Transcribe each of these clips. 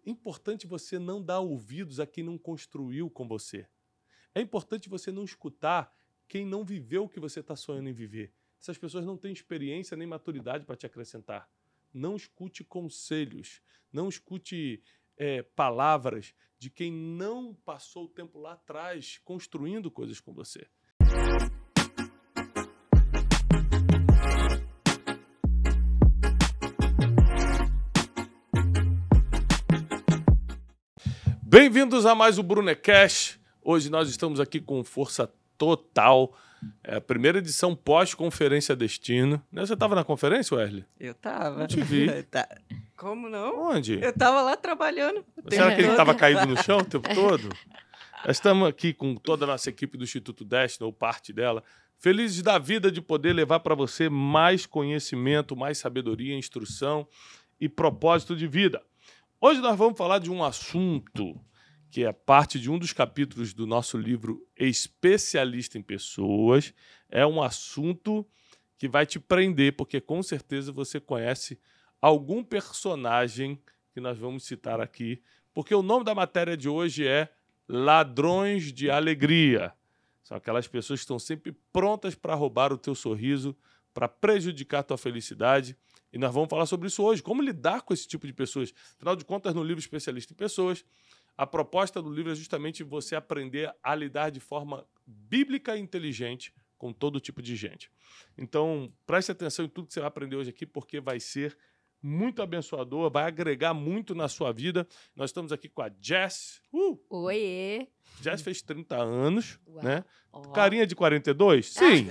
importante você não dar ouvidos a quem não construiu com você. É importante você não escutar quem não viveu o que você está sonhando em viver. Essas pessoas não têm experiência nem maturidade para te acrescentar. Não escute conselhos, não escute palavras de quem não passou o tempo lá atrás construindo coisas com você. Bem-vindos a mais o Brunecast. Hoje nós estamos aqui com força total. É a primeira edição pós-conferência Destino. Você estava na conferência, Wesley? Eu tava. Não te vi. Como não? Onde? Eu tava lá trabalhando. Será que ele estava caído no chão o tempo todo? Nós estamos aqui com toda a nossa equipe do Instituto Destino, ou parte dela, felizes da vida de poder levar para você mais conhecimento, mais sabedoria, instrução e propósito de vida. Hoje nós vamos falar de um assunto que é parte de um dos capítulos do nosso livro Especialista em Pessoas. É um assunto que vai te prender, porque com certeza você conhece algum personagem que nós vamos citar aqui, porque o nome da matéria de hoje é Ladrões de Alegria. São aquelas pessoas que estão sempre prontas para roubar o teu sorriso, para prejudicar a tua felicidade. E nós vamos falar sobre isso hoje. Como lidar com esse tipo de pessoas? Afinal de contas, no livro Especialista em Pessoas, a proposta do livro é justamente você aprender a lidar de forma bíblica e inteligente com todo tipo de gente. Então, preste atenção em tudo que você vai aprender hoje aqui, porque vai ser muito abençoador, vai agregar muito na sua vida. Nós estamos aqui com a Jess. Oiê! Jess fez 30 anos, Uau. né? Ó. Carinha de 42? Sim,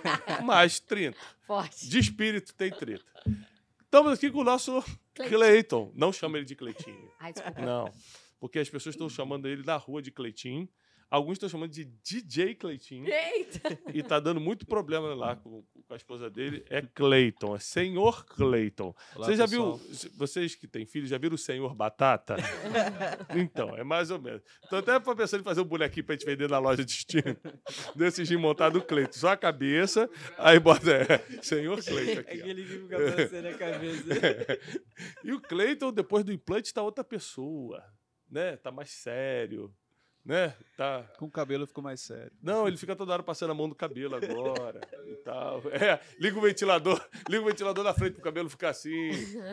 mais 30. Forte. De espírito tem 30. Estamos aqui com o nosso Cleiton. Não chama ele de Cleitinho. Ai, desculpa. Não, porque as pessoas estão chamando ele na rua de Cleitinho. Alguns estão chamando de DJ Cleitinho. Eita! E tá dando muito problema lá com a esposa dele. É Cleiton, é Senhor Cleiton. Olá, Você já pessoal. viu, vocês que têm filhos, já viram o Senhor Batata? Então, é mais ou menos. Tô até pensando em fazer um bonequinho pra gente vender na loja de Destino. Desse gin montado Cleiton. Só a cabeça, aí bota Senhor Cleiton aqui. Ó. Aquele que fica balançando a cabeça. E o Cleiton, depois do implante, tá outra pessoa. Né? Tá mais sério. Né? Tá... Com o cabelo ficou mais sério. Não, ele fica toda hora passando a mão no cabelo agora e tal. Liga o ventilador na frente pro cabelo ficar assim.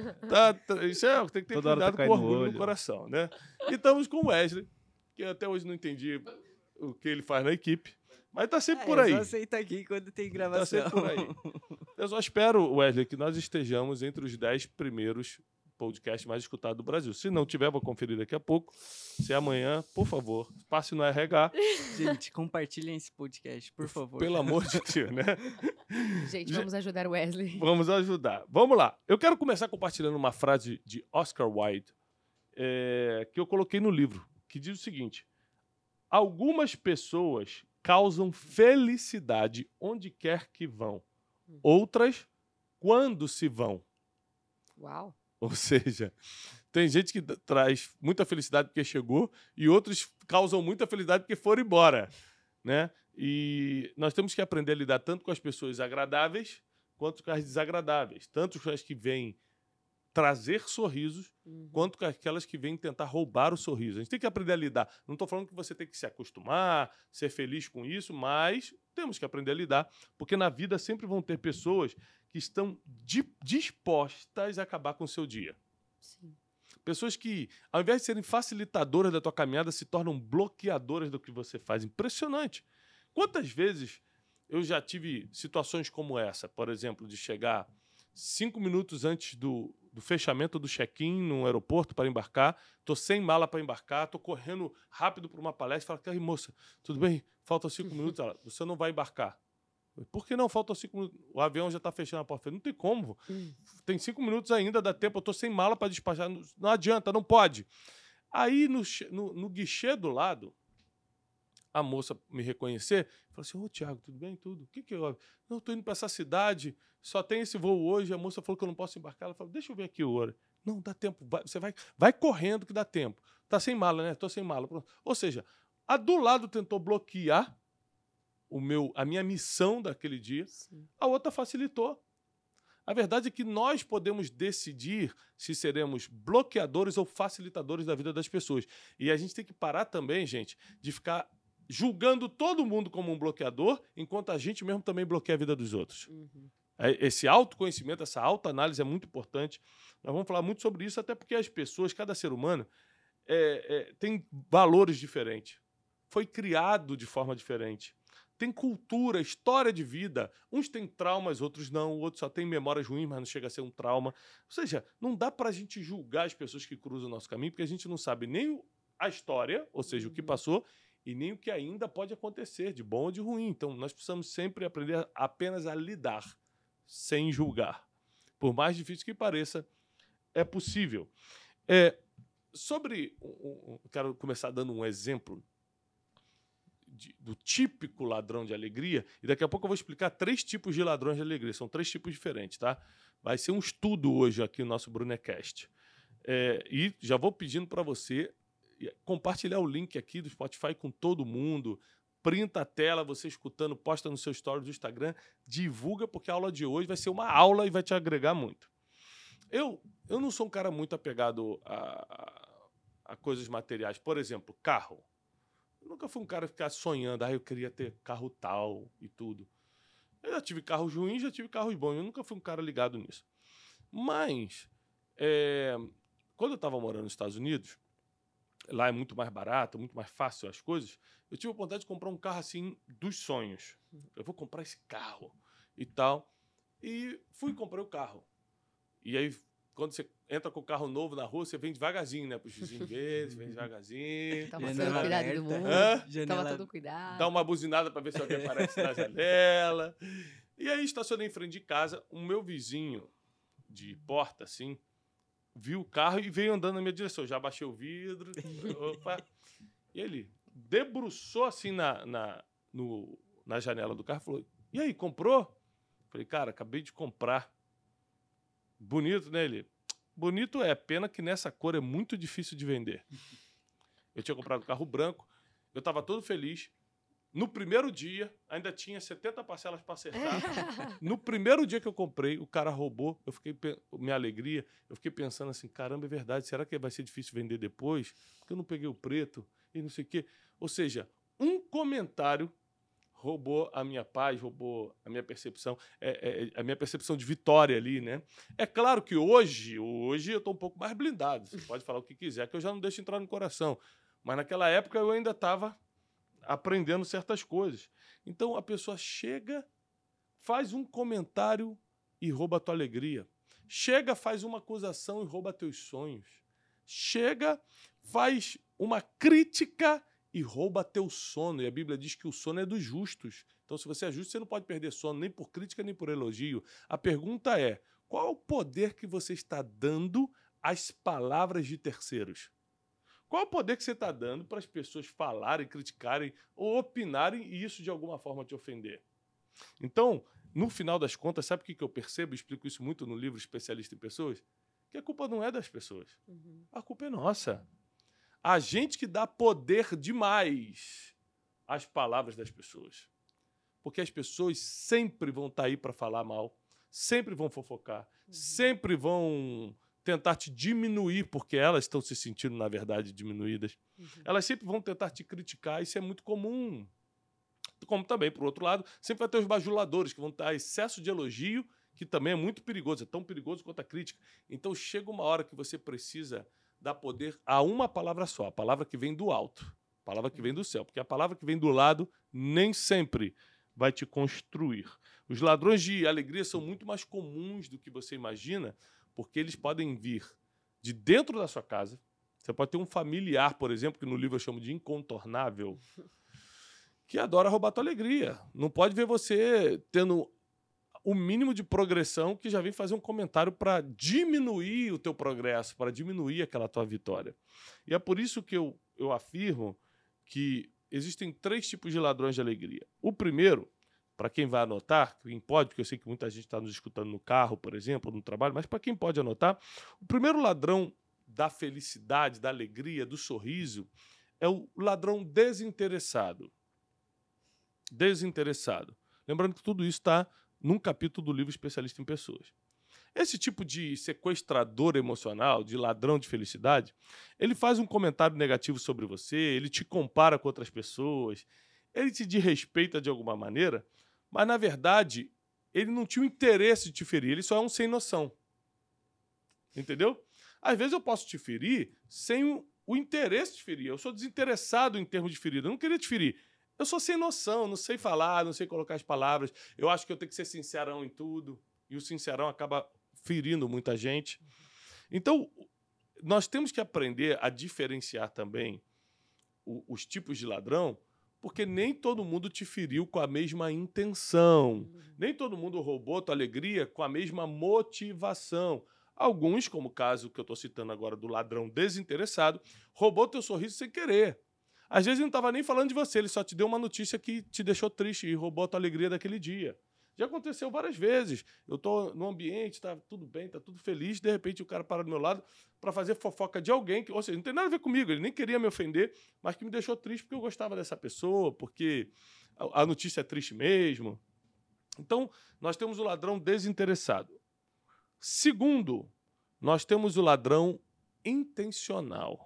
Isso tem que ter Toda hora cuidado tá com o caindo no orgulho no olho. coração, né? E estamos com o Wesley, que até hoje não entendi o que ele faz na equipe, mas tá sempre por aí. Só aceita aqui quando tem Tá gravação. sempre por aí. Eu só espero, Wesley, que nós estejamos entre os 10 primeiros podcasts mais escutados do Brasil. Se não tiver, vou conferir daqui a pouco. Se amanhã, por favor, passe no RH. Gente, compartilhem esse podcast, por favor. Pelo amor de Deus, né? Gente, vamos ajudar o Wesley. Vamos ajudar. Vamos lá. Eu quero começar compartilhando uma frase de Oscar Wilde que eu coloquei no livro, que diz o seguinte: algumas pessoas causam felicidade onde quer que vão, outras quando se vão. Uau! Ou seja, tem gente que traz muita felicidade porque chegou e outros causam muita felicidade porque foram embora, né? E nós temos que aprender a lidar tanto com as pessoas agradáveis quanto com as desagradáveis, tanto com as que vêm trazer sorrisos quanto com aquelas que vêm tentar roubar o sorriso. A gente tem que aprender a lidar. Não estou falando que você tem que se acostumar, ser feliz com isso, mas temos que aprender a lidar, porque na vida sempre vão ter pessoas que estão dispostas a acabar com o seu dia. Sim. Pessoas que, ao invés de serem facilitadoras da tua caminhada, se tornam bloqueadoras do que você faz. Impressionante. Quantas vezes eu já tive situações como essa, por exemplo, de chegar 5 minutos antes do fechamento do check-in no aeroporto para embarcar, estou sem mala para embarcar, estou correndo rápido para uma palestra, falo, moça, tudo bem? Faltam 5 minutos. Ela, você não vai embarcar. Por que não? Faltam 5 minutos. O avião já está fechando a porta. Não tem como. Tem 5 minutos ainda, dá tempo. Eu estou sem mala para despachar. Não adianta, não pode. Aí, no guichê do lado, a moça me reconhecer, falou assim, Tiago, tudo bem? Tudo. O que houve? Não, estou indo para essa cidade, só tem esse voo hoje. A moça falou que eu não posso embarcar. Ela falou, deixa eu ver aqui o hora. Não, dá tempo. Você vai correndo que dá tempo. Tá sem mala, né? Estou sem mala. Pronto. Ou seja, a do lado tentou bloquear a minha missão daquele dia, a outra facilitou. A verdade é que nós podemos decidir se seremos bloqueadores ou facilitadores da vida das pessoas. E a gente tem que parar também, gente, de ficar julgando todo mundo como um bloqueador, enquanto a gente mesmo também bloqueia a vida dos outros. Esse autoconhecimento, essa autoanálise é muito importante. Nós vamos falar muito sobre isso, até porque as pessoas, cada ser humano, tem valores diferentes. Foi criado de forma diferente. Tem cultura, história de vida. Uns têm traumas, outros não. Outros só têm memórias ruins, mas não chega a ser um trauma. Ou seja, não dá para a gente julgar as pessoas que cruzam o nosso caminho, porque a gente não sabe nem a história, ou seja, o que passou, e nem o que ainda pode acontecer, de bom ou de ruim. Então, nós precisamos sempre aprender apenas a lidar, sem julgar. Por mais difícil que pareça, é possível. Quero começar dando um exemplo do típico ladrão de alegria, e daqui a pouco eu vou explicar 3 tipos de ladrões de alegria. São 3 tipos diferentes, tá? Vai ser um estudo hoje aqui no nosso Brunecast. E já vou pedindo para você compartilhar o link aqui do Spotify com todo mundo, printa a tela, você escutando, posta no seu story do Instagram, divulga, porque a aula de hoje vai ser uma aula e vai te agregar muito. Eu não sou um cara muito apegado a coisas materiais. Por exemplo, carro. Eu nunca fui um cara ficar sonhando, eu queria ter carro tal e tudo. Eu já tive carros ruins, já tive carros bons. Eu nunca fui um cara ligado nisso. Mas, quando eu estava morando nos Estados Unidos, lá é muito mais barato, muito mais fácil as coisas, eu tive a vontade de comprar um carro assim dos sonhos. Eu vou comprar esse carro e tal. E fui e comprei o carro. E aí, quando você entra com o carro novo na rua, você vem devagarzinho, né? Para os vizinhos verem, você vem devagarzinho. Toma todo Janela o cuidado aberta. do mundo. Janela- Toma todo o cuidado. Dá uma buzinada para ver se alguém aparece na janela. E aí, estacionei em frente de casa. O meu vizinho de porta, assim, viu o carro e veio andando na minha direção. Já baixei o vidro. Opa. E ele debruçou assim na janela do carro e falou: "E aí, comprou?" Falei: "Cara, acabei de comprar." Bonito, né, ele? Bonito é, pena que nessa cor é muito difícil de vender. Eu tinha comprado um carro branco, eu estava todo feliz. No primeiro dia, ainda tinha 70 parcelas para acertar. No primeiro dia que eu comprei, o cara roubou. Minha alegria, eu fiquei pensando assim, caramba, é verdade, será que vai ser difícil vender depois? Porque eu não peguei o preto e não sei o quê. Ou seja, um comentário roubou a minha paz, roubou a minha percepção, a minha percepção de vitória ali, né? É claro que hoje eu estou um pouco mais blindado. Você pode falar o que quiser, que eu já não deixo entrar no coração. Mas naquela época eu ainda estava aprendendo certas coisas. Então a pessoa chega, faz um comentário e rouba a tua alegria. Chega, faz uma acusação e rouba teus sonhos. Chega, faz uma crítica e rouba teu sono. E a Bíblia diz que o sono é dos justos. Então, se você é justo, você não pode perder sono, nem por crítica, nem por elogio. A pergunta é, qual é o poder que você está dando às palavras de terceiros? Qual é o poder que você está dando para as pessoas falarem, criticarem ou opinarem e isso de alguma forma te ofender? Então, no final das contas, sabe o que eu percebo? Eu explico isso muito no livro Especialista em Pessoas. Que a culpa não é das pessoas. A culpa é nossa. A gente que dá poder demais às palavras das pessoas. Porque as pessoas sempre vão estar aí para falar mal, sempre vão fofocar, sempre vão tentar te diminuir, porque elas estão se sentindo, na verdade, diminuídas. Elas sempre vão tentar te criticar, isso é muito comum. Como também, por outro lado, sempre vai ter os bajuladores, que vão ter excesso de elogio, que também é muito perigoso, é tão perigoso quanto a crítica. Então chega uma hora que você precisa dar poder a uma palavra só, a palavra que vem do alto, a palavra que vem do céu, porque a palavra que vem do lado nem sempre vai te construir. Os ladrões de alegria são muito mais comuns do que você imagina, porque eles podem vir de dentro da sua casa. Você pode ter um familiar, por exemplo, que no livro eu chamo de incontornável, que adora roubar a tua alegria. Não pode ver você tendo o mínimo de progressão que já vem fazer um comentário para diminuir o teu progresso, para diminuir aquela tua vitória. E é por isso que eu afirmo que existem 3 tipos de ladrões de alegria. O primeiro, para quem vai anotar, quem pode, porque eu sei que muita gente está nos escutando no carro, por exemplo, no trabalho, mas para quem pode anotar, o primeiro ladrão da felicidade, da alegria, do sorriso, é o ladrão desinteressado. Desinteressado. Lembrando que tudo isso está num capítulo do livro Especialista em Pessoas. Esse tipo de sequestrador emocional, de ladrão de felicidade, ele faz um comentário negativo sobre você, ele te compara com outras pessoas, ele te desrespeita de alguma maneira, mas, na verdade, ele não tinha o interesse de te ferir, ele só é um sem noção. Entendeu? Às vezes eu posso te ferir sem o interesse de ferir. Eu sou desinteressado em termos de ferida. Eu não queria te ferir. Eu sou sem noção, não sei falar, não sei colocar as palavras. Eu acho que eu tenho que ser sincerão em tudo. E o sincerão acaba ferindo muita gente. Então, nós temos que aprender a diferenciar também os tipos de ladrão, porque nem todo mundo te feriu com a mesma intenção. Nem todo mundo roubou tua alegria com a mesma motivação. Alguns, como o caso que eu estou citando agora do ladrão desinteressado, roubou teu sorriso sem querer. Às vezes ele não estava nem falando de você, ele só te deu uma notícia que te deixou triste e roubou a tua alegria daquele dia. Já aconteceu várias vezes. Eu estou no ambiente, está tudo bem, está tudo feliz, de repente o cara para do meu lado para fazer fofoca de alguém, ou seja, não tem nada a ver comigo, ele nem queria me ofender, mas que me deixou triste porque eu gostava dessa pessoa, porque a notícia é triste mesmo. Então, nós temos o ladrão desinteressado. Segundo, nós temos o ladrão intencional.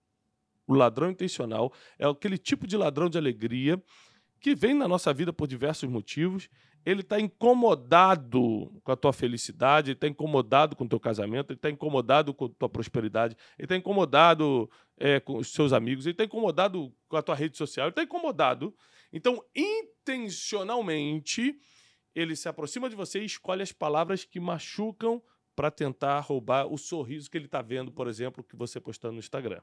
O ladrão intencional é aquele tipo de ladrão de alegria que vem na nossa vida por diversos motivos. Ele está incomodado com a tua felicidade, ele está incomodado com o teu casamento, ele está incomodado com a tua prosperidade, ele está incomodado com os seus amigos, ele está incomodado com a tua rede social, ele está incomodado. Então, intencionalmente, ele se aproxima de você e escolhe as palavras que machucam para tentar roubar o sorriso que ele está vendo, por exemplo, que você postando no Instagram.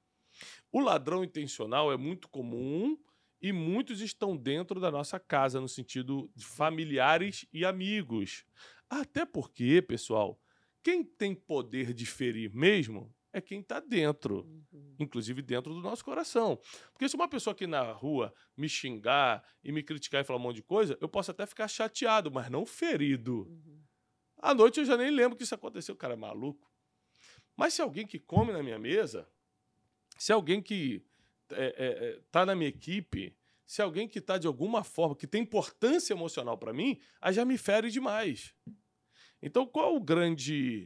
O ladrão intencional é muito comum e muitos estão dentro da nossa casa, no sentido de familiares e amigos. Até porque, pessoal, quem tem poder de ferir mesmo é quem está dentro, inclusive dentro do nosso coração. Porque se uma pessoa aqui na rua me xingar e me criticar e falar um monte de coisa, eu posso até ficar chateado, mas não ferido. À noite eu já nem lembro que isso aconteceu, o cara é maluco. Mas se alguém que come na minha mesa, se alguém que está na minha equipe, se alguém que está de alguma forma, que tem importância emocional para mim, aí já me fere demais. Então, qual o grande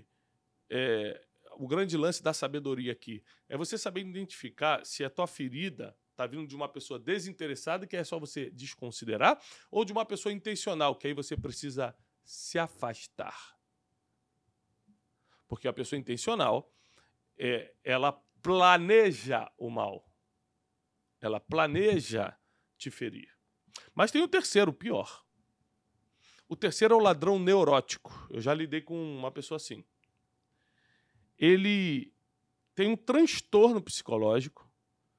lance da sabedoria aqui? É você saber identificar se a tua ferida está vindo de uma pessoa desinteressada, que é só você desconsiderar, ou de uma pessoa intencional, que aí você precisa se afastar. Porque a pessoa intencional, ela planeja o mal. Ela planeja te ferir. Mas tem o terceiro, o pior. O terceiro é o ladrão neurótico. Eu já lidei com uma pessoa assim. Ele tem um transtorno psicológico.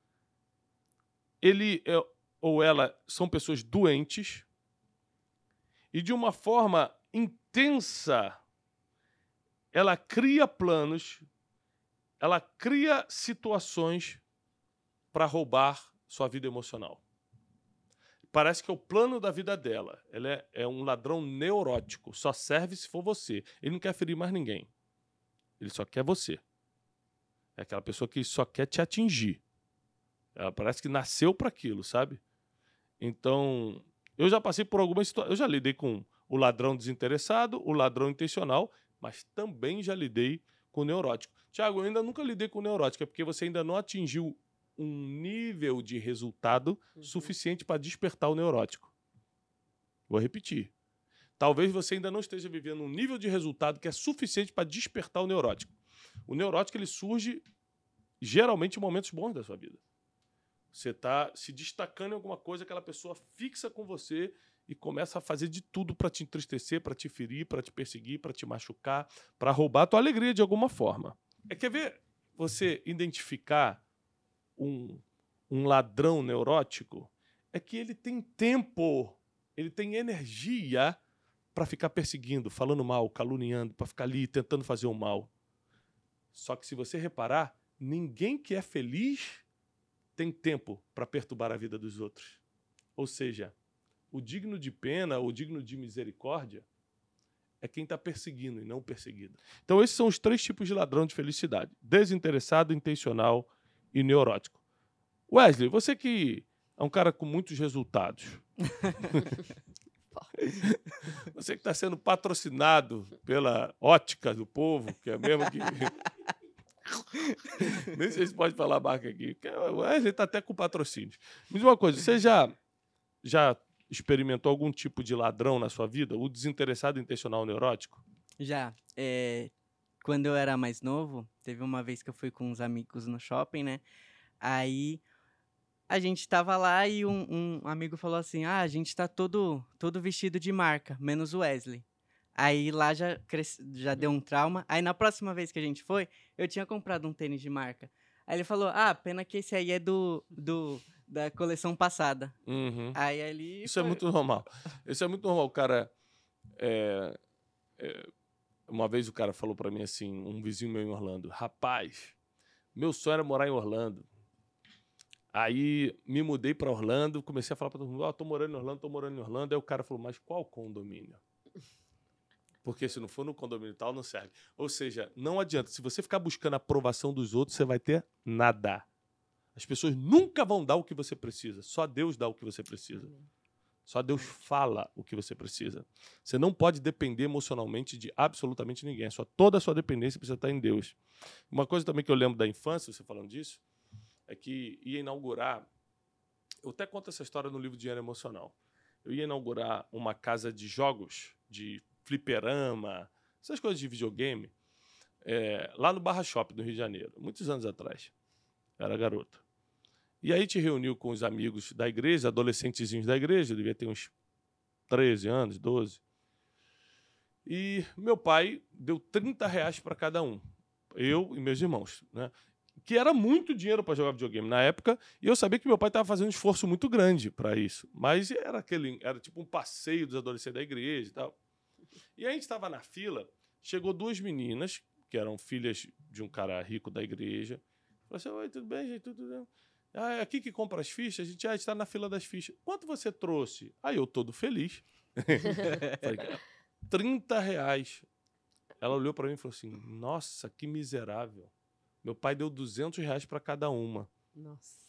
Ele ou ela são pessoas doentes. E de uma forma intensa, ela cria planos, ela cria situações para roubar sua vida emocional. Parece que é o plano da vida dela. Ela é um ladrão neurótico. Só serve se for você. Ele não quer ferir mais ninguém. Ele só quer você. É aquela pessoa que só quer te atingir. Ela parece que nasceu para aquilo, sabe? Então, eu já passei por algumas situações. Eu já lidei com o ladrão desinteressado, o ladrão intencional, mas também já lidei com o neurótico. Tiago, eu ainda nunca lidei com o neurótico, é porque você ainda não atingiu um nível de resultado suficiente para despertar o neurótico. Vou repetir. Talvez você ainda não esteja vivendo um nível de resultado que é suficiente para despertar o neurótico. O neurótico ele surge geralmente em momentos bons da sua vida. Você está se destacando em alguma coisa, aquela pessoa fixa com você e começa a fazer de tudo para te entristecer, para te ferir, para te perseguir, para te machucar, para roubar a tua alegria de alguma forma. Quer ver você identificar um ladrão neurótico? É que ele tem tempo, ele tem energia para ficar perseguindo, falando mal, caluniando, para ficar ali tentando fazer o mal. Só que se você reparar, ninguém que é feliz tem tempo para perturbar a vida dos outros. Ou seja, o digno de pena, o digno de misericórdia, é quem está perseguindo e não perseguido. Então esses são os 3 tipos de ladrão de felicidade: desinteressado, intencional e neurótico. Wesley, você que é um cara com muitos resultados. Você que está sendo patrocinado pela Ótica do Povo, que é mesmo que... Nem sei se pode falar a marca aqui. O Wesley está até com patrocínio. Me diz uma coisa, você já experimentou algum tipo de ladrão na sua vida? O desinteressado intencional neurótico? Já. Quando eu era mais novo, teve uma vez que eu fui com uns amigos no shopping, né? Aí a gente tava lá e um amigo falou assim: ah, a gente tá todo vestido de marca, menos o Wesley. Aí lá já deu um trauma. Aí na próxima vez que a gente foi, eu tinha comprado um tênis de marca. Aí ele falou: ah, pena que esse aí é da coleção passada. Uhum. Aí ali. Isso é muito normal. Isso é muito normal. O cara. Uma vez o cara falou pra mim assim, um vizinho meu em Orlando: rapaz, meu sonho era morar em Orlando. Aí me mudei pra Orlando, comecei a falar pra todo mundo: tô morando em Orlando, tô morando em Orlando. Aí o cara falou: mas qual condomínio? Porque se não for no condomínio tal, não serve. Ou seja, não adianta. Se você ficar buscando a aprovação dos outros, você vai ter nada. As pessoas nunca vão dar o que você precisa. Só Deus dá o que você precisa. Só Deus fala o que você precisa. Você não pode depender emocionalmente de absolutamente ninguém. Toda a sua dependência precisa estar em Deus. Uma coisa também que eu lembro da infância, você falando disso, é que ia inaugurar... Eu até conto essa história no livro Dinheiro Emocional. Eu ia inaugurar uma casa de jogos, de fliperama, essas coisas de videogame, lá no Barra Shopping, no Rio de Janeiro, muitos anos atrás. Eu era garoto. E aí te reuniu com os amigos da igreja, adolescentezinhos da igreja, eu devia ter uns 13 anos, 12. E meu pai deu R$ 30 para cada um, eu e meus irmãos, né? Que era muito dinheiro para jogar videogame na época, e eu sabia que meu pai estava fazendo um esforço muito grande para isso. Mas era tipo um passeio dos adolescentes da igreja e tal. E aí a gente estava na fila, chegou duas meninas, que eram filhas de um cara rico da igreja. Falou assim: oi, tudo bem, gente? Tudo bem? Ah, é aqui que compra as fichas? A gente está na fila das fichas. Quanto você trouxe? Aí eu, todo feliz. Falei: R$ 30. Ela olhou para mim e falou assim: nossa, que miserável. Meu pai deu R$ 200 para cada uma. Nossa.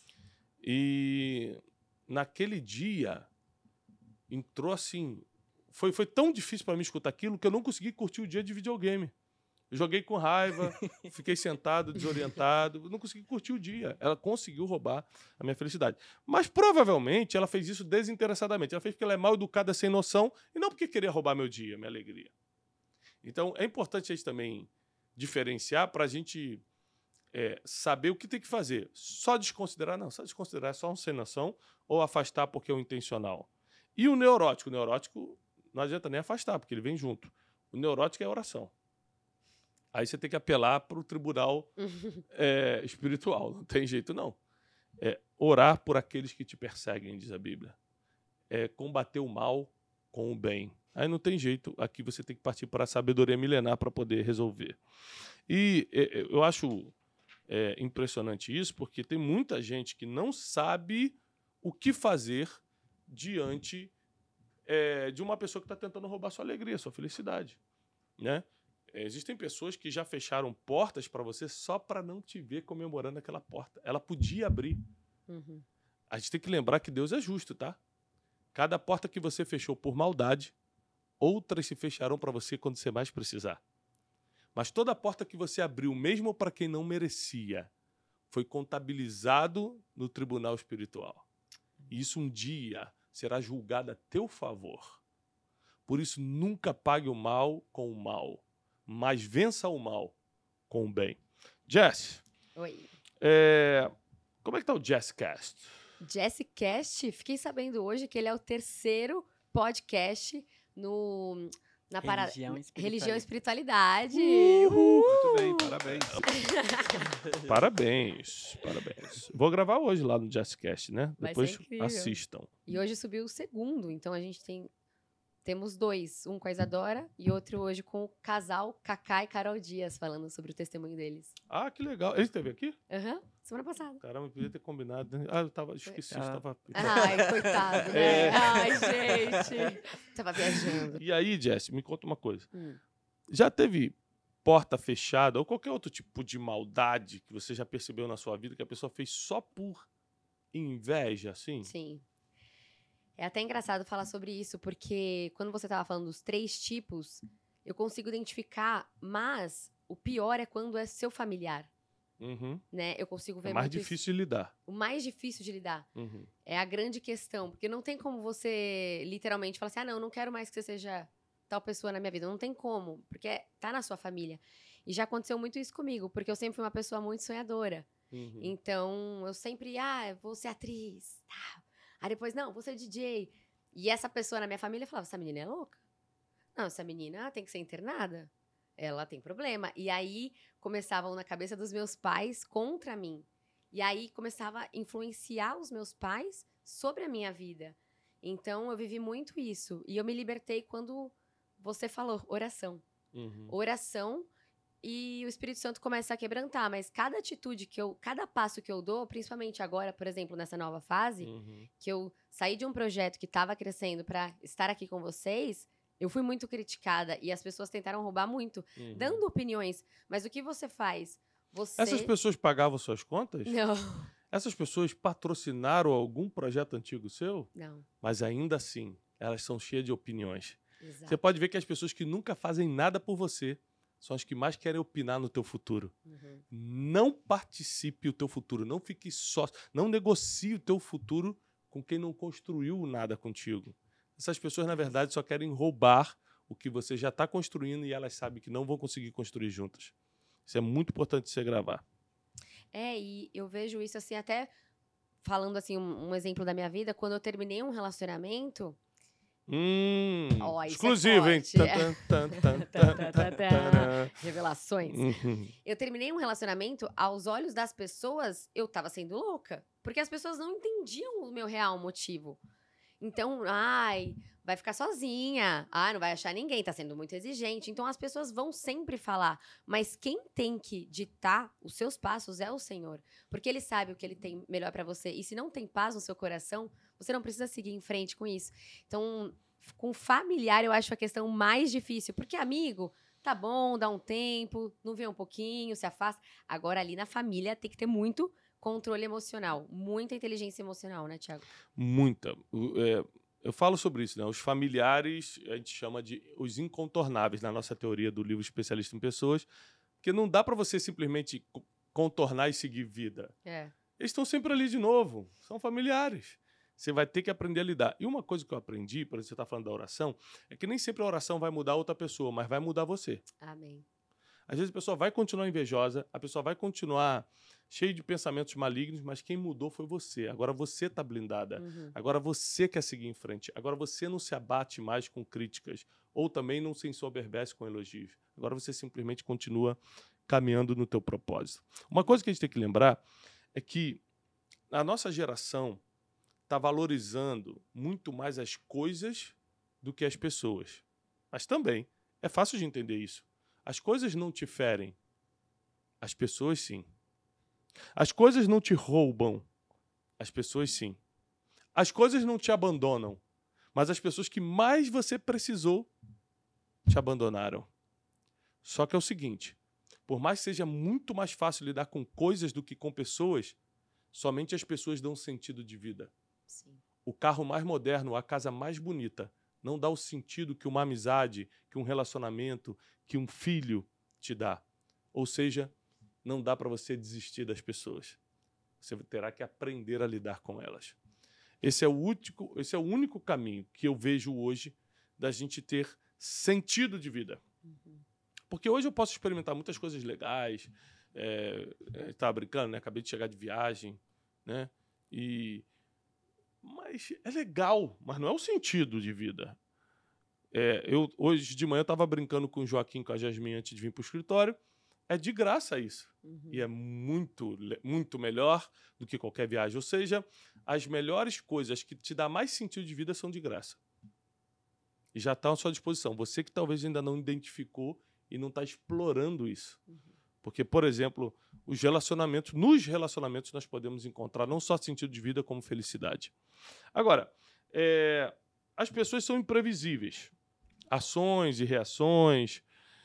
E naquele dia entrou assim... Foi tão difícil para mim escutar aquilo que eu não consegui curtir o dia de videogame. Eu joguei com raiva, fiquei sentado, desorientado, não consegui curtir o dia. Ela conseguiu roubar a minha felicidade. Mas provavelmente ela fez isso desinteressadamente. Ela fez porque ela é mal educada, sem noção, e não porque queria roubar meu dia, minha alegria. Então é importante a gente também diferenciar para a gente saber o que tem que fazer. Só desconsiderar? Não, só desconsiderar é só um sem noção ou afastar porque é um intencional. E o neurótico? O neurótico não adianta nem afastar, porque ele vem junto. O neurótico é a oração. Aí você tem que apelar para o tribunal espiritual. Não tem jeito, não. Orar por aqueles que te perseguem, diz a Bíblia. Combater o mal com o bem. Aí não tem jeito. Aqui você tem que partir para a sabedoria milenar para poder resolver. E eu acho impressionante isso, porque tem muita gente que não sabe o que fazer diante de uma pessoa que está tentando roubar sua alegria, sua felicidade, né? Existem pessoas que já fecharam portas para você só para não te ver comemorando aquela porta. Ela podia abrir. Uhum. A gente tem que lembrar que Deus é justo, tá? Cada porta que você fechou por maldade, outras se fecharão para você quando você mais precisar. Mas toda porta que você abriu, mesmo para quem não merecia, foi contabilizado no tribunal espiritual. E isso um dia será julgado a teu favor. Por isso, nunca pague o mal com o mal, mas vença o mal com o bem. Jess, Oi. como é que tá o Jesscast? Jesscast, Fiquei sabendo hoje que ele é o terceiro podcast na parada Religião e Espiritualidade. Muito bem, parabéns. Parabéns. Vou gravar hoje lá no Jesscast, né? Vai Depois ser incrível. assistam. E hoje subiu o segundo, então a gente temos dois, um com a Isadora e outro hoje com o casal Cacá e Carol Dias, falando sobre o testemunho deles. Ah, que legal. Ele esteve aqui? Semana passada. Caramba, podia ter combinado, né? Ah, esqueci. Ai, coitado, né? Ai, gente. Tava viajando. E aí, Jess, me conta uma coisa. Já teve porta fechada ou qualquer outro tipo de maldade que você já percebeu na sua vida que a pessoa fez só por inveja, assim? Sim. É até engraçado falar sobre isso, porque quando você estava falando dos 3 tipos, eu consigo identificar, mas o pior é quando é seu familiar, Uhum. né? Eu consigo ver É mais muito isso. difícil de lidar. O mais difícil de lidar. Uhum. É a grande questão, porque não tem como você literalmente falar assim, não quero mais que você seja tal pessoa na minha vida. Não tem como, porque tá na sua família. E já aconteceu muito isso comigo, porque eu sempre fui uma pessoa muito sonhadora. Uhum. Então, eu sempre, vou ser atriz, tal. Aí depois, não, vou ser DJ. E essa pessoa na minha família falava, essa menina é louca. Não, essa menina tem que ser internada. Ela tem problema. E aí, começavam na cabeça dos meus pais contra mim. E aí, começava a influenciar os meus pais sobre a minha vida. Então, eu vivi muito isso. E eu me libertei quando você falou, oração. Uhum. Oração e o Espírito Santo começa a quebrantar, mas cada atitude cada passo que eu dou, principalmente agora, por exemplo, nessa nova fase, Uhum. que eu saí de um projeto que estava crescendo para estar aqui com vocês, eu fui muito criticada e as pessoas tentaram roubar muito, Uhum. dando opiniões. Mas o que você faz? Essas pessoas pagavam suas contas? Não, Essas pessoas patrocinaram algum projeto antigo seu? não. Mas ainda assim, elas são cheias de opiniões. Exato. Você pode ver que as pessoas que nunca fazem nada por você são as que mais querem opinar no teu futuro. Uhum. Não participe o teu futuro, não fique só, não negocie o teu futuro com quem não construiu nada contigo. Essas pessoas, na verdade, só querem roubar o que você já está construindo e elas sabem que não vão conseguir construir juntas. Isso é muito importante você gravar. E eu vejo isso assim, até falando assim, um exemplo da minha vida, quando eu terminei um relacionamento. Ó, isso exclusivo, é hein? forte. Revelações. Uhum. Eu terminei um relacionamento, aos olhos das pessoas, eu tava sendo louca. Porque as pessoas não entendiam o meu real motivo. Então, vai ficar sozinha. Não vai achar ninguém, tá sendo muito exigente. Então, as pessoas vão sempre falar. Mas quem tem que ditar os seus passos é o Senhor. Porque Ele sabe o que Ele tem melhor pra você. E se não tem paz no seu coração, você não precisa seguir em frente com isso. Então, com familiar, eu acho a questão mais difícil. Porque amigo, tá bom, dá um tempo, não vê um pouquinho, se afasta. Agora, ali na família, tem que ter muito controle emocional. Muita inteligência emocional, né, Thiago? Muita. Eu falo sobre isso, né? Os familiares, a gente chama de os incontornáveis na nossa teoria do livro Especialista em Pessoas, porque não dá para você simplesmente contornar e seguir vida. Eles estão sempre ali de novo, são familiares. Você vai ter que aprender a lidar. E uma coisa que eu aprendi, por exemplo, você está falando da oração, é que nem sempre a oração vai mudar outra pessoa, mas vai mudar você. Amém. Às vezes a pessoa vai continuar invejosa, a pessoa vai continuar cheia de pensamentos malignos, mas quem mudou foi você. Agora você está blindada. Uhum. Agora você quer seguir em frente. Agora você não se abate mais com críticas ou também não se ensoberbece com elogios. Agora você simplesmente continua caminhando no teu propósito. Uma coisa que a gente tem que lembrar é que a nossa geração está valorizando muito mais as coisas do que as pessoas. Mas também é fácil de entender isso. As coisas não te ferem. As pessoas, sim. As coisas não te roubam. As pessoas, sim. As coisas não te abandonam. Mas as pessoas que mais você precisou te abandonaram. Só que é o seguinte, por mais que seja muito mais fácil lidar com coisas do que com pessoas, somente as pessoas dão sentido de vida. Sim. O carro mais moderno, a casa mais bonita, não dá o sentido que uma amizade, que um relacionamento, que um filho te dá. Ou seja, não dá para você desistir das pessoas. Você terá que aprender a lidar com elas. Esse é o único caminho que eu vejo hoje da gente ter sentido de vida. Uhum. Porque hoje eu posso experimentar muitas coisas legais. Estava brincando, né? Acabei de chegar de viagem, né? Mas é legal, mas não é o sentido de vida. Hoje de manhã eu estava brincando com o Joaquim, com a Jasmine, antes de vir para o escritório. É de graça isso. Uhum. E é muito, muito melhor do que qualquer viagem. Ou seja, as melhores coisas que te dão mais sentido de vida são de graça. E já estão à sua disposição. Você que talvez ainda não identificou e não está explorando isso. Uhum. Porque, por exemplo, nos relacionamentos nós podemos encontrar não só sentido de vida, como felicidade. Agora, as pessoas são imprevisíveis. Ações e reações,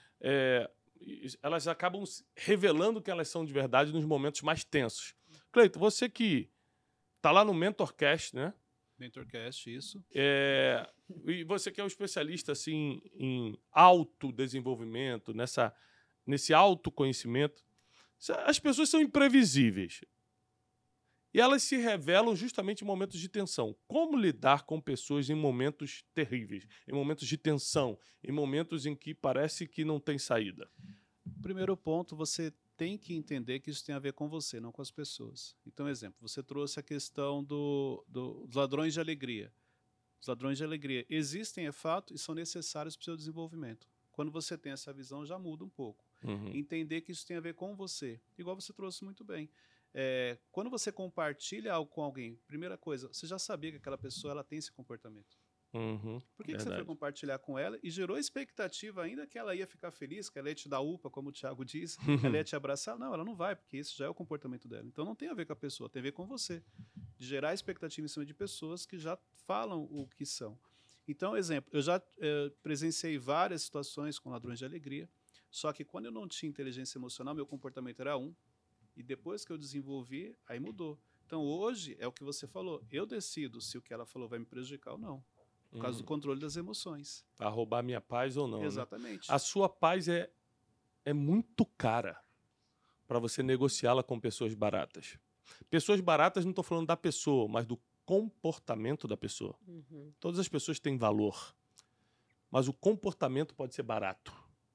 elas acabam revelando que elas são de verdade nos momentos mais tensos. Cleiton, você que está lá no MentorCast, né? Mentorcast, isso. E você que é um especialista assim, em autodesenvolvimento, nesse autoconhecimento, as pessoas são imprevisíveis. E elas se revelam justamente em momentos de tensão. Como lidar com pessoas em momentos terríveis, em momentos de tensão, em momentos em que parece que não tem saída? Primeiro ponto, você tem que entender que isso tem a ver com você, não com as pessoas. Então, exemplo, você trouxe a questão dos ladrões de alegria. Os ladrões de alegria existem, é fato, e são necessários para o seu desenvolvimento. Quando você tem essa visão, já muda um pouco. Entender que isso tem a ver com você. Igual você trouxe muito bem. Quando você compartilha algo com alguém, primeira coisa, você já sabia que aquela pessoa ela tem esse comportamento. Por que você foi compartilhar com ela e gerou expectativa ainda que ela ia ficar feliz, que ela ia te dar upa, como o Thiago diz, ela ia te abraçar? Não, ela não vai, porque isso já é o comportamento dela. Então não tem a ver com a pessoa, tem a ver com você. De gerar expectativa em cima de pessoas que já falam o que são. Então, exemplo, eu já presenciei várias situações com ladrões de alegria, só que quando eu não tinha inteligência emocional, meu comportamento era e depois que eu desenvolvi, aí mudou. Então hoje, é o que você falou, eu decido se o que ela falou vai me prejudicar ou não. Por causa do controle das emoções. Vai roubar minha paz ou não? Exatamente. Né? A sua paz é muito cara para você negociá-la com pessoas baratas. Pessoas baratas, não estou falando da pessoa, mas do comportamento da pessoa. Todas as pessoas têm valor, mas o comportamento pode ser barato.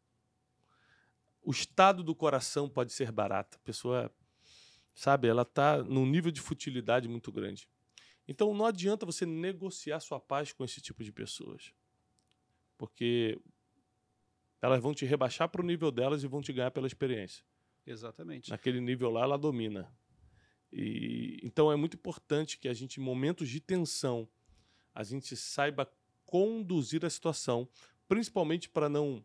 O estado do coração pode ser barato. A pessoa, sabe, ela está num nível de futilidade muito grande. Então, não adianta você negociar sua paz com esse tipo de pessoas. Porque elas vão te rebaixar para o nível delas e vão te ganhar pela experiência. Exatamente. Naquele nível lá, ela domina. Então, é muito importante que a gente, em momentos de tensão, a gente saiba conduzir a situação, principalmente para não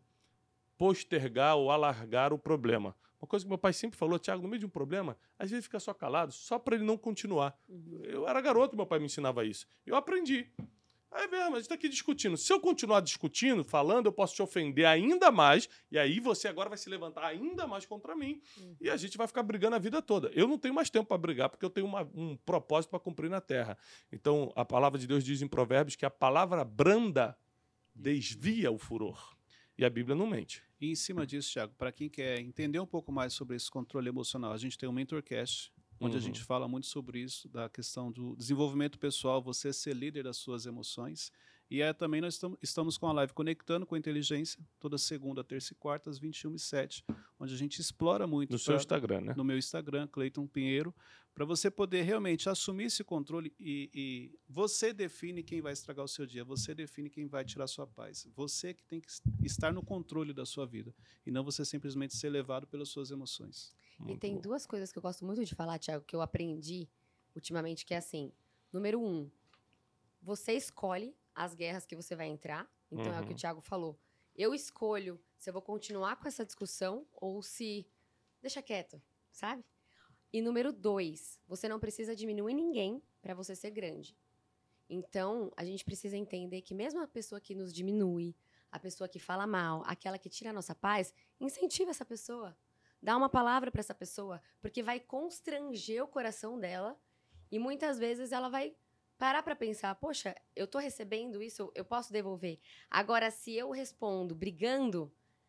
postergar ou alargar o problema. Uma coisa que meu pai sempre falou, Thiago, no meio de um problema, às vezes fica só calado, só para ele não continuar. Eu era garoto, meu pai me ensinava isso. Eu aprendi. Aí, mas a gente está aqui discutindo. Se eu continuar discutindo, falando, eu posso te ofender ainda mais, e aí você agora vai se levantar ainda mais contra mim, e a gente vai ficar brigando a vida toda. Eu não tenho mais tempo para brigar, porque eu tenho um propósito para cumprir na terra. Então, a palavra de Deus diz em Provérbios que a palavra branda desvia o furor. E a Bíblia não mente. E em cima disso, Thiago, para quem quer entender um pouco mais sobre esse controle emocional, a gente tem um Mentorcast, onde a gente fala muito sobre isso, da questão do desenvolvimento pessoal, você ser líder das suas emoções. E também nós estamos com a live Conectando com a Inteligência, toda segunda, terça e quarta, às 21h07, onde a gente explora muito. No seu Instagram, né? No meu Instagram, Cleiton Pinheiro, para você poder realmente assumir esse controle e você define quem vai estragar o seu dia, você define quem vai tirar sua paz. Você que tem que estar no controle da sua vida e não você simplesmente ser levado pelas suas emoções. E tem duas coisas que eu gosto muito de falar, Thiago, que eu aprendi ultimamente, que é assim, número 1, você escolhe as guerras que você vai entrar, então é o que o Thiago falou. Eu escolho se eu vou continuar com essa discussão ou se deixa quieto, sabe? E número 2, você não precisa diminuir ninguém para você ser grande. Então, a gente precisa entender que mesmo a pessoa que nos diminui, a pessoa que fala mal, aquela que tira a nossa paz, incentiva essa pessoa. Dá uma palavra para essa pessoa, porque vai constranger o coração dela e muitas vezes ela vai parar para pensar, poxa, eu tô recebendo isso, eu posso devolver. Agora, se eu respondo brigando,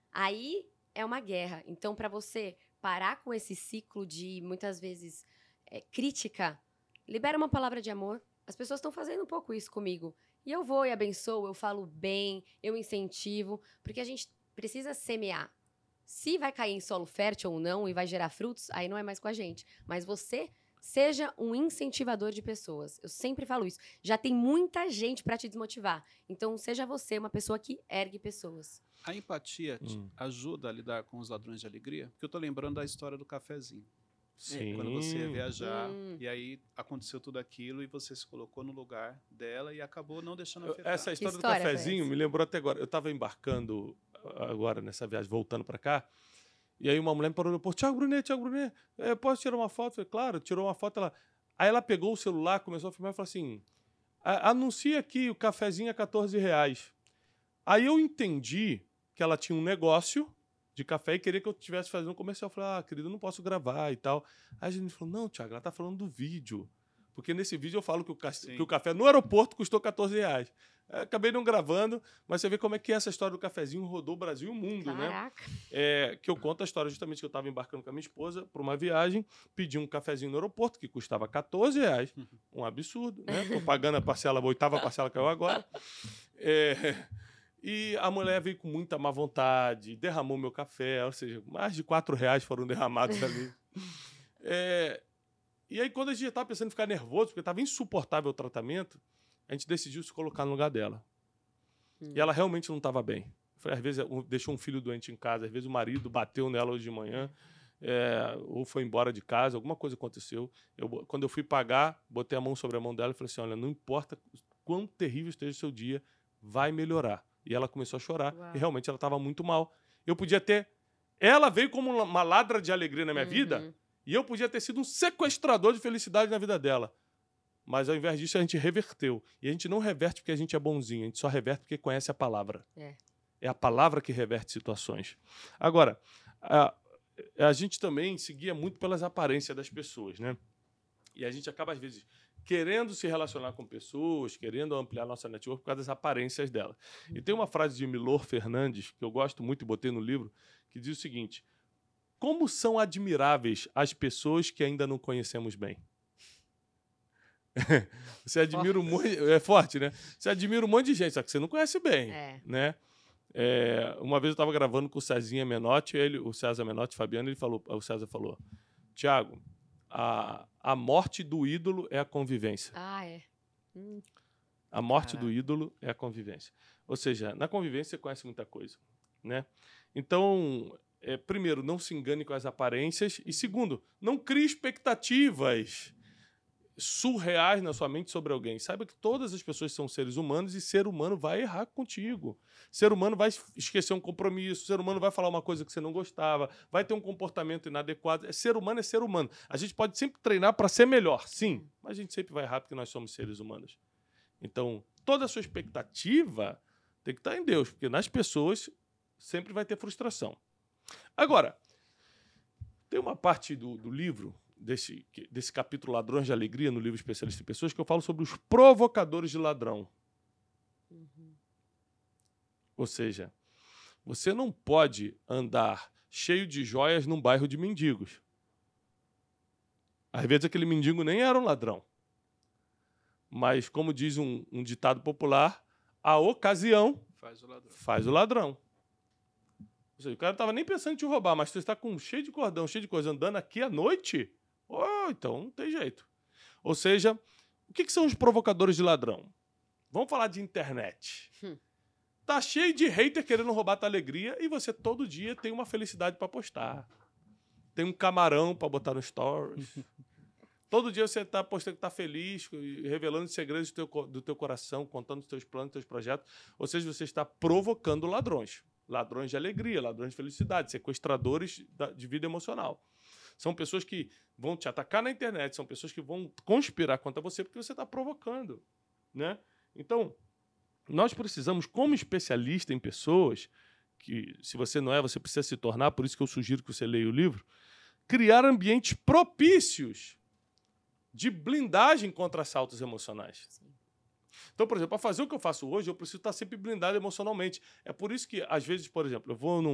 aí é uma guerra. Então, para você parar com esse ciclo de, muitas vezes, crítica, libera uma palavra de amor. As pessoas estão fazendo um pouco isso comigo. E eu vou e abençoo, eu falo bem, eu incentivo, porque a gente precisa semear. Se vai cair em solo fértil ou não e vai gerar frutos, aí não é mais com a gente. Mas você seja um incentivador de pessoas. Eu sempre falo isso. Já tem muita gente para te desmotivar. Então, seja você uma pessoa que ergue pessoas. A empatia te ajuda a lidar com os ladrões de alegria? Porque eu tô lembrando da história do cafezinho. Sim. Quando você ia viajar, e aí aconteceu tudo aquilo e você se colocou no lugar dela e acabou não deixando afetar. Essa história do cafezinho me lembrou até agora. Eu estava embarcando agora nessa viagem, voltando para cá, e aí uma mulher me parou no aeroporto, Thiago Brunet, posso tirar uma foto? Eu falei, claro, tirou uma foto. Aí ela pegou o celular, começou a filmar e falou assim, anuncia aqui o cafezinho a R$14. Aí eu entendi que ela tinha um negócio de café e queria que eu estivesse fazendo um comercial. Eu falei, querido, eu não posso gravar e tal. Aí a gente falou, não, Thiago, ela tá falando do vídeo. Porque nesse vídeo eu falo que Sim. que o café no aeroporto custou R$14. Acabei não gravando, mas você vê como é que essa história do cafezinho rodou o Brasil e o mundo, né? Caraca. Que eu conto a história justamente que eu estava embarcando com a minha esposa para uma viagem, pedi um cafezinho no aeroporto que custava R$14, um absurdo, né? Tô pagando a parcela, a 8ª parcela caiu agora. E a mulher veio com muita má vontade, derramou meu café, ou seja, mais de R$4 foram derramados ali. E aí, quando a gente estava pensando em ficar nervoso, porque estava insuportável o tratamento, a gente decidiu se colocar no lugar dela. E ela realmente não estava bem. Às vezes deixou um filho doente em casa, às vezes o marido bateu nela hoje de manhã, ou foi embora de casa, alguma coisa aconteceu. Quando eu fui pagar, botei a mão sobre a mão dela e falei assim, olha, não importa quão terrível esteja o seu dia, vai melhorar. E ela começou a chorar, Uau. e realmente ela estava muito mal. Eu podia ter... Ela veio como uma ladra de alegria na minha vida, e eu podia ter sido um sequestrador de felicidade na vida dela. Mas, ao invés disso, a gente reverteu. E a gente não reverte porque a gente é bonzinho, a gente só reverte porque conhece a palavra. É a palavra que reverte situações. Agora, a gente também seguia muito pelas aparências das pessoas, né? E a gente acaba, às vezes, querendo se relacionar com pessoas, querendo ampliar nossa network por causa das aparências dela. E tem uma frase de Milor Fernandes, que eu gosto muito e botei no livro, que diz o seguinte: como são admiráveis as pessoas que ainda não conhecemos bem? Você admira um monte... É forte, né? Você admira um monte de gente, só que você não conhece bem, né? Uma vez eu estava gravando com o Cezinha Menotti, o César Menotti, Fabiano, o César falou, Thiago, a morte do ídolo é a convivência. A morte do ídolo é a convivência. Ou seja, na convivência você conhece muita coisa, né? Então, primeiro, não se engane com as aparências e, segundo, não crie expectativas surreais na sua mente sobre alguém. Saiba que todas as pessoas são seres humanos e ser humano vai errar contigo. Ser humano vai esquecer um compromisso, ser humano vai falar uma coisa que você não gostava, vai ter um comportamento inadequado. Ser humano é ser humano. A gente pode sempre treinar para ser melhor, sim, mas a gente sempre vai errar porque nós somos seres humanos. Então, toda a sua expectativa tem que estar em Deus, porque nas pessoas sempre vai ter frustração. Agora, tem uma parte do livro, desse capítulo Ladrões de Alegria, no livro Especialista em Pessoas, que eu falo sobre os provocadores de ladrão. Ou seja, você não pode andar cheio de joias num bairro de mendigos. Às vezes aquele mendigo nem era um ladrão. Mas, como diz um ditado popular, a ocasião faz o ladrão. Ou seja, o cara não estava nem pensando em te roubar, mas você está com cheio de cordão, cheio de coisa, andando aqui à noite, então não tem jeito. Ou seja, o que são os provocadores de ladrão? Vamos falar de internet. Tá cheio de hater querendo roubar tua alegria e você todo dia tem uma felicidade para postar. Tem um camarão para botar no stories. Todo dia você está postando que está feliz, revelando os segredos do teu coração, contando os teus planos, os teus projetos. Ou seja, você está provocando ladrões. Ladrões de alegria, ladrões de felicidade, sequestradores de vida emocional. São pessoas que vão te atacar na internet, são pessoas que vão conspirar contra você porque você está provocando, né? Então, nós precisamos, como especialista em pessoas, que se você não é, você precisa se tornar, por isso que eu sugiro que você leia o livro, criar ambientes propícios de blindagem contra assaltos emocionais. Sim. Então, por exemplo, para fazer o que eu faço hoje, eu preciso estar sempre blindado emocionalmente. É por isso que, às vezes, por exemplo, eu vou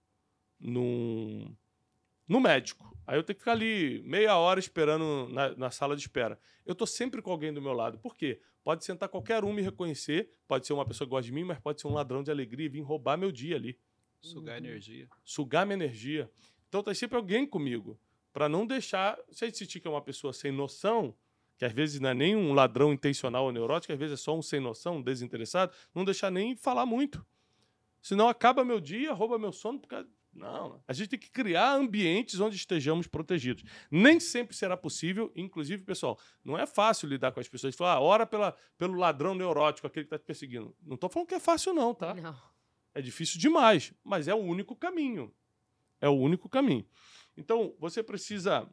no médico. Aí eu tenho que ficar ali meia hora esperando na sala de espera. Eu estou sempre com alguém do meu lado. Por quê? Pode sentar qualquer um me reconhecer, pode ser uma pessoa que gosta de mim, mas pode ser um ladrão de alegria e vir roubar meu dia ali. Sugar energia. Sugar minha energia. Então tem sempre alguém comigo, para não deixar... Se a gente sentir que é uma pessoa sem noção, que às vezes não é nem um ladrão intencional ou neurótico, às vezes é só um sem noção, um desinteressado, não deixar nem falar muito. Senão acaba meu dia, rouba meu sono, porque... Não, a gente tem que criar ambientes onde estejamos protegidos. Nem sempre será possível, inclusive, pessoal, não é fácil lidar com as pessoas. Falar, ora pelo ladrão neurótico, aquele que está te perseguindo. Não estou falando que é fácil não, tá? Não. É difícil demais, mas é o único caminho. É o único caminho. Então, você precisa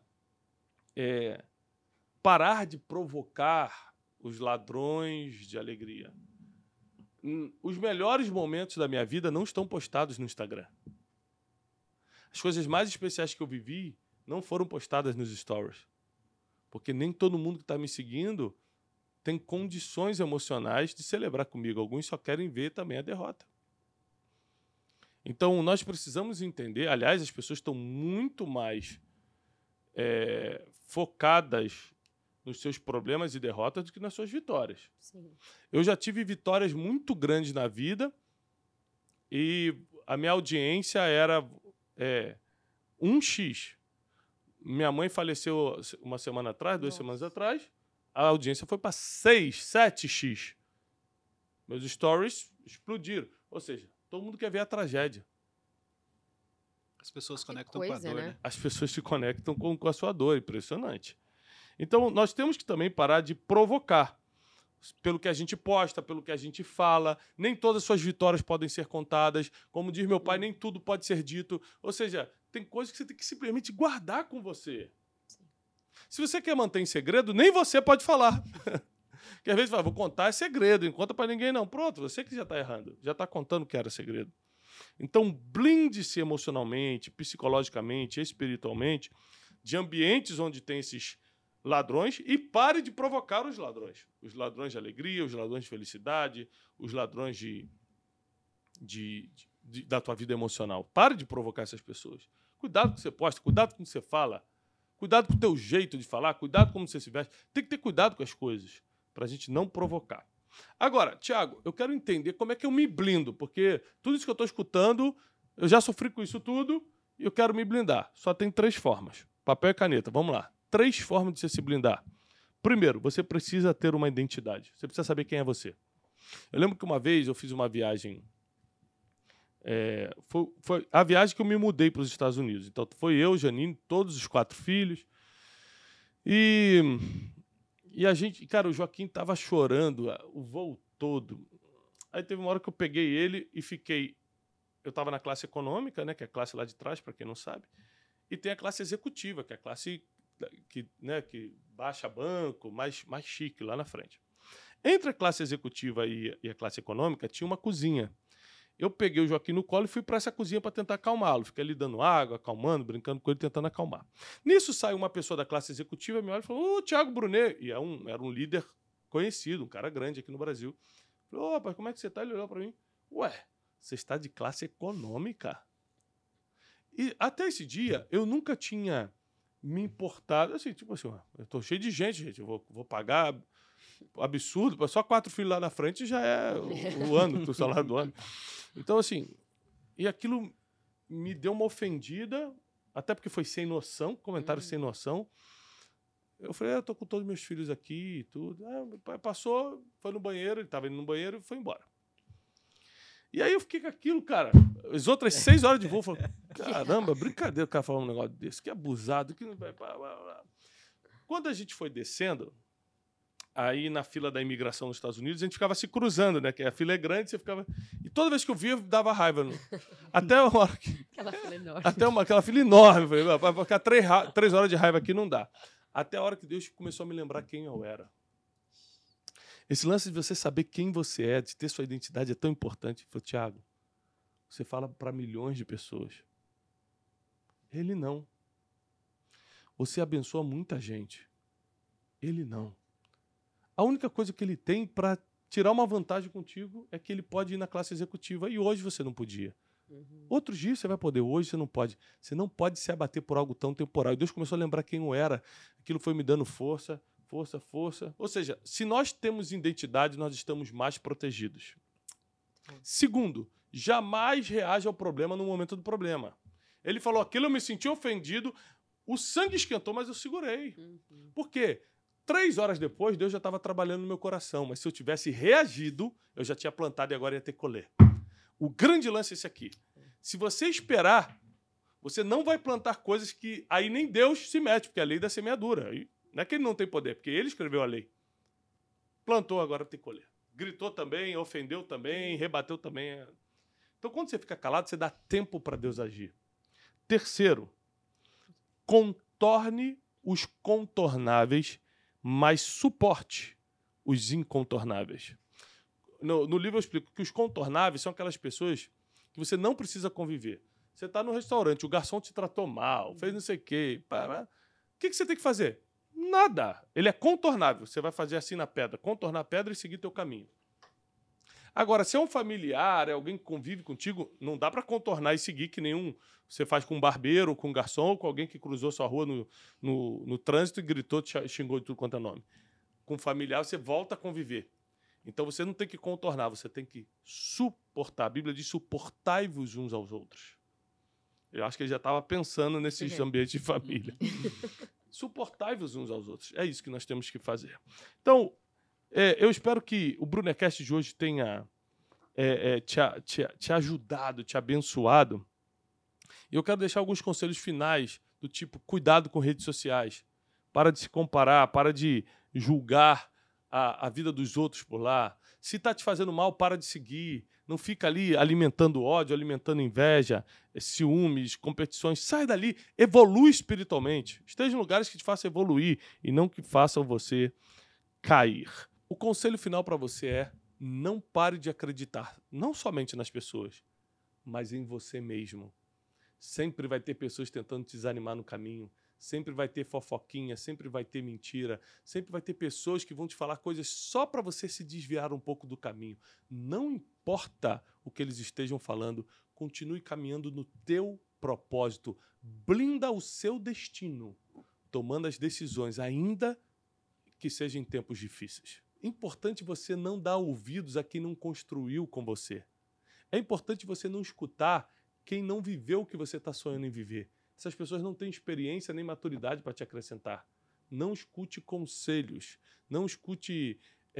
parar de provocar os ladrões de alegria. Os melhores momentos da minha vida não estão postados no Instagram. As coisas mais especiais que eu vivi não foram postadas nos stories. Porque nem todo mundo que está me seguindo tem condições emocionais de celebrar comigo. Alguns só querem ver também a derrota. Então, nós precisamos entender... Aliás, as pessoas estão muito mais focadas nos seus problemas e derrotas do que nas suas vitórias. Sim. Eu já tive vitórias muito grandes na vida e a minha audiência era 1x. Minha mãe faleceu uma semana atrás, 2 semanas atrás. A audiência foi para 6, 7x. Meus stories explodiram. Ou seja, todo mundo quer ver a tragédia. As pessoas Que conectam com a coisa, dor, né? né? As pessoas se conectam com a sua dor. Impressionante. Então, nós temos que também parar de provocar. Pelo que a gente posta, pelo que a gente fala. Nem todas as suas vitórias podem ser contadas. Como diz meu pai, nem tudo pode ser dito. Ou seja, tem coisas que você tem que simplesmente guardar com você. Se você quer manter em segredo, nem você pode falar. Porque às vezes fala, vou contar é segredo, não conta pra ninguém não. Pronto, você que já tá errando. Já tá contando que era segredo. Então, blinde-se emocionalmente, psicologicamente, espiritualmente, de ambientes onde tem esses ladrões e pare de provocar os ladrões. Os ladrões de alegria, os ladrões de felicidade, os ladrões da tua vida emocional. Pare de provocar essas pessoas. Cuidado com o que você posta, cuidado com o que você fala, cuidado com o teu jeito de falar, cuidado com como você se veste. Tem que ter cuidado com as coisas para a gente não provocar. Agora, Thiago, eu quero entender como é que eu me blindo, porque tudo isso que eu estou escutando, eu já sofri com isso tudo e eu quero me blindar. Só tem 3 formas. Papel e caneta, vamos lá. 3 formas de você se blindar. Primeiro, você precisa ter uma identidade. Você precisa saber quem é você. Eu lembro que uma vez eu fiz uma viagem... Foi a viagem que eu me mudei para os Estados Unidos. Então, foi eu, Janine, todos os 4 filhos. E a gente... Cara, o Joaquim estava chorando o voo todo. Aí teve uma hora que eu peguei ele e fiquei... Eu estava na classe econômica, né, que é a classe lá de trás, para quem não sabe. E tem a classe executiva, que é a classe que baixa banco, mais chique, lá na frente. Entre a classe executiva e a classe econômica, tinha uma cozinha. Eu peguei o Joaquim no colo e fui para essa cozinha para tentar acalmá-lo. Fiquei ali dando água, acalmando, brincando com ele, tentando acalmar. Nisso sai uma pessoa da classe executiva, me olha e falou, ô, Thiago Brunet. E era um líder conhecido, um cara grande aqui no Brasil. Falei, ô, rapaz, como é que você está? Ele olhou para mim. Ué, você está de classe econômica? E até esse dia, eu nunca tinha me importado. Assim, tipo assim, eu tô cheio de gente, eu vou pagar absurdo. Só 4 filhos lá na frente já é o ano, o salário do ano. Então, assim, e aquilo me deu uma ofendida, até porque foi sem noção, comentário sem noção. Eu falei, eu tô com todos meus filhos aqui e tudo. Meu pai passou, foi no banheiro, ele estava indo no banheiro e foi embora. E aí eu fiquei com aquilo, cara. As outras 6 horas de voo, eu falei, caramba, brincadeira o cara falar um negócio desse, que abusado. Que... Quando a gente foi descendo, aí na fila da imigração nos Estados Unidos, a gente ficava se cruzando, né? Que a fila é grande, você ficava... E toda vez que eu via, dava raiva. Até uma hora que... Aquela fila enorme. Aquela fila enorme. Eu falei, vai ficar 3 horas de raiva aqui, não dá. Até a hora que Deus começou a me lembrar quem eu era. Esse lance de você saber quem você é, de ter sua identidade, é tão importante. Ele falou, Thiago, você fala para milhões de pessoas. Ele não. Você abençoa muita gente. Ele não. A única coisa que ele tem para tirar uma vantagem contigo é que ele pode ir na classe executiva e hoje você não podia. Outros dias você vai poder, hoje você não pode. Você não pode se abater por algo tão temporal. E Deus começou a lembrar quem eu era. Aquilo foi me dando força. Ou seja, se nós temos identidade, nós estamos mais protegidos. Segundo, jamais reaja ao problema no momento do problema. Ele falou aquilo, eu me senti ofendido, o sangue esquentou, mas eu segurei. Por quê? 3 horas depois, Deus já estava trabalhando no meu coração, mas se eu tivesse reagido, eu já tinha plantado e agora ia ter que colher. O grande lance é esse aqui. Se você esperar, você não vai plantar coisas que aí nem Deus se mete, porque é a lei da semeadura. Não é que ele não tem poder, porque ele escreveu a lei. Plantou, agora tem que colher. Gritou também, ofendeu também, rebateu também. Então, quando você fica calado, você dá tempo para Deus agir. Terceiro, contorne os contornáveis, mas suporte os incontornáveis. No livro eu explico que os contornáveis são aquelas pessoas que você não precisa conviver. Você está no restaurante, o garçom te tratou mal, fez não sei o quê. O que você tem que fazer? Nada. Ele é contornável. Você vai fazer assim na pedra, contornar a pedra e seguir teu caminho. Agora, se é um familiar, é alguém que convive contigo, não dá para contornar e seguir que nenhum você faz com um barbeiro, com um garçom, ou com alguém que cruzou sua rua no trânsito e gritou, te xingou de tudo quanto é nome. Com um familiar, você volta a conviver. Então, você não tem que contornar, você tem que suportar. A Bíblia diz, suportai-vos uns aos outros. Eu acho que ele já estava pensando nesses ambientes de família. Suportai-vos uns aos outros. É isso que nós temos que fazer. Então, eu espero que o Brunecast de hoje tenha te ajudado, te abençoado. E eu quero deixar alguns conselhos finais do tipo, cuidado com redes sociais. Para de se comparar, para de julgar a vida dos outros por lá. Se está te fazendo mal, para de seguir. Não fica ali alimentando ódio, alimentando inveja, ciúmes, competições. Sai dali, evolui espiritualmente. Esteja em lugares que te façam evoluir e não que façam você cair. O conselho final para você é: não pare de acreditar, não somente nas pessoas, mas em você mesmo. Sempre vai ter pessoas tentando te desanimar no caminho. Sempre vai ter fofoquinha, sempre vai ter mentira, sempre vai ter pessoas que vão te falar coisas só para você se desviar um pouco do caminho. Não importa o que eles estejam falando, continue caminhando no teu propósito. Blinda o seu destino, tomando as decisões, ainda que sejam em tempos difíceis. É importante você não dar ouvidos a quem não construiu com você. É importante você não escutar quem não viveu o que você está sonhando em viver. Essas pessoas não têm experiência nem maturidade para te acrescentar. Não escute conselhos, não escute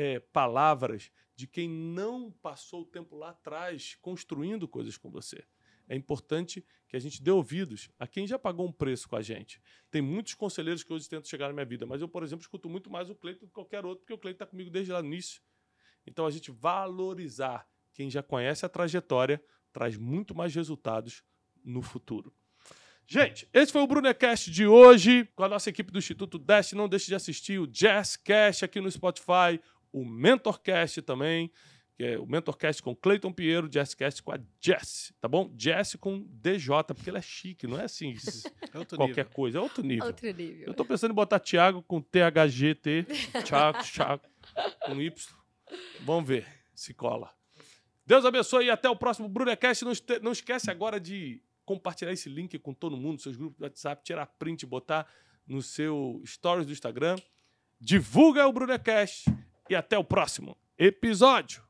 palavras de quem não passou o tempo lá atrás construindo coisas com você. É importante que a gente dê ouvidos a quem já pagou um preço com a gente. Tem muitos conselheiros que hoje tentam chegar na minha vida, mas eu, por exemplo, escuto muito mais o Cleiton do que qualquer outro, porque o Cleiton está comigo desde lá no início. Então, a gente valorizar quem já conhece a trajetória traz muito mais resultados no futuro. Gente, esse foi o Brunecast de hoje, com a nossa equipe do Instituto Dash. Não deixe de assistir o Jazzcast aqui no Spotify, o Mentorcast também, que é o Mentorcast com Cleiton Pinheiro, Jazzcast com a Jess, tá bom? Jess com DJ, porque ela é chique, não é assim qualquer coisa, é outro nível. Outro nível. Eu tô pensando em botar Thiago com THGT, Thiago com Y. Vamos ver se cola. Deus abençoe e até o próximo Brunecast. Não esquece agora de compartilhar esse link com todo mundo, seus grupos do WhatsApp, tirar print e botar no seu stories do Instagram. Divulga o Brunecast e até o próximo episódio.